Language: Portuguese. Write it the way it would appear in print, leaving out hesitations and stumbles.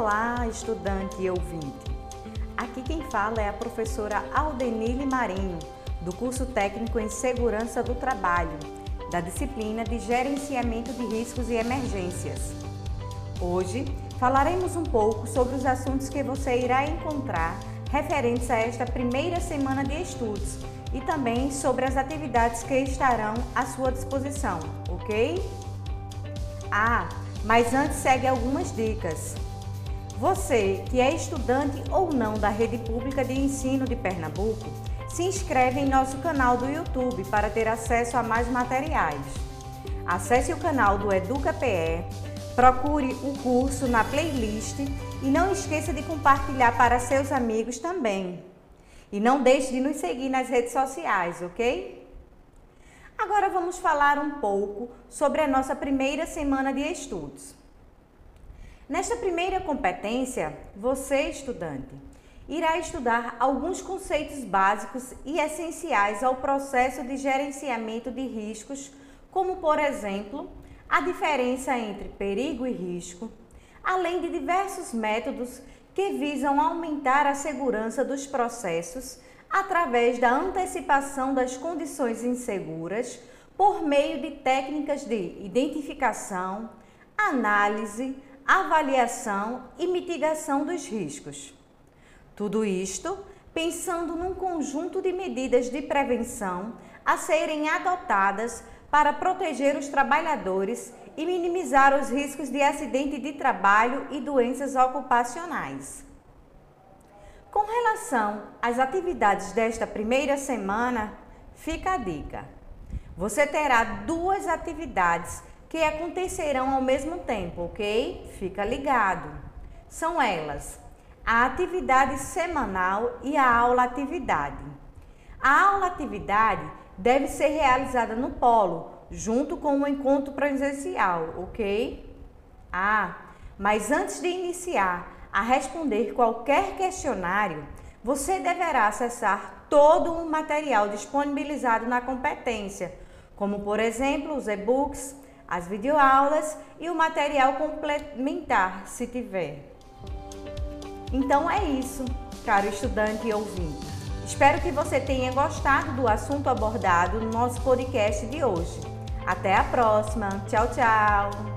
Olá, estudante e ouvinte! Aqui quem fala é a professora Aldenile Marinho, do curso técnico em Segurança do Trabalho, da disciplina de Gerenciamento de Riscos e Emergências. Hoje falaremos um pouco sobre os assuntos que você irá encontrar referentes a esta primeira semana de estudos e também sobre as atividades que estarão à sua disposição, ok? Mas antes segue algumas dicas. Você que é estudante ou não da Rede Pública de Ensino de Pernambuco, se inscreve em nosso canal do YouTube para ter acesso a mais materiais. Acesse o canal do EducaPE, procure o curso na playlist e não esqueça de compartilhar para seus amigos também. E não deixe de nos seguir nas redes sociais, ok? Agora vamos falar um pouco sobre a nossa primeira semana de estudos. Nesta primeira competência, você, estudante, irá estudar alguns conceitos básicos e essenciais ao processo de gerenciamento de riscos, como, por exemplo, a diferença entre perigo e risco, além de diversos métodos que visam aumentar a segurança dos processos através da antecipação das condições inseguras por meio de técnicas de identificação, análise, avaliação e mitigação dos riscos. Tudo isto pensando num conjunto de medidas de prevenção a serem adotadas para proteger os trabalhadores e minimizar os riscos de acidente de trabalho e doenças ocupacionais. Com relação às atividades desta primeira semana, fica a dica. Você terá duas atividades que acontecerão ao mesmo tempo, ok? Fica ligado. São elas: a atividade semanal e a aula-atividade. A aula-atividade deve ser realizada no polo, junto com o encontro presencial, ok? Mas antes de iniciar a responder qualquer questionário, você deverá acessar todo o material disponibilizado na competência, como, por exemplo, os e-books, as videoaulas e o material complementar, se tiver. Então é isso, caro estudante e ouvinte. Espero que você tenha gostado do assunto abordado no nosso podcast de hoje. Até a próxima. Tchau, tchau!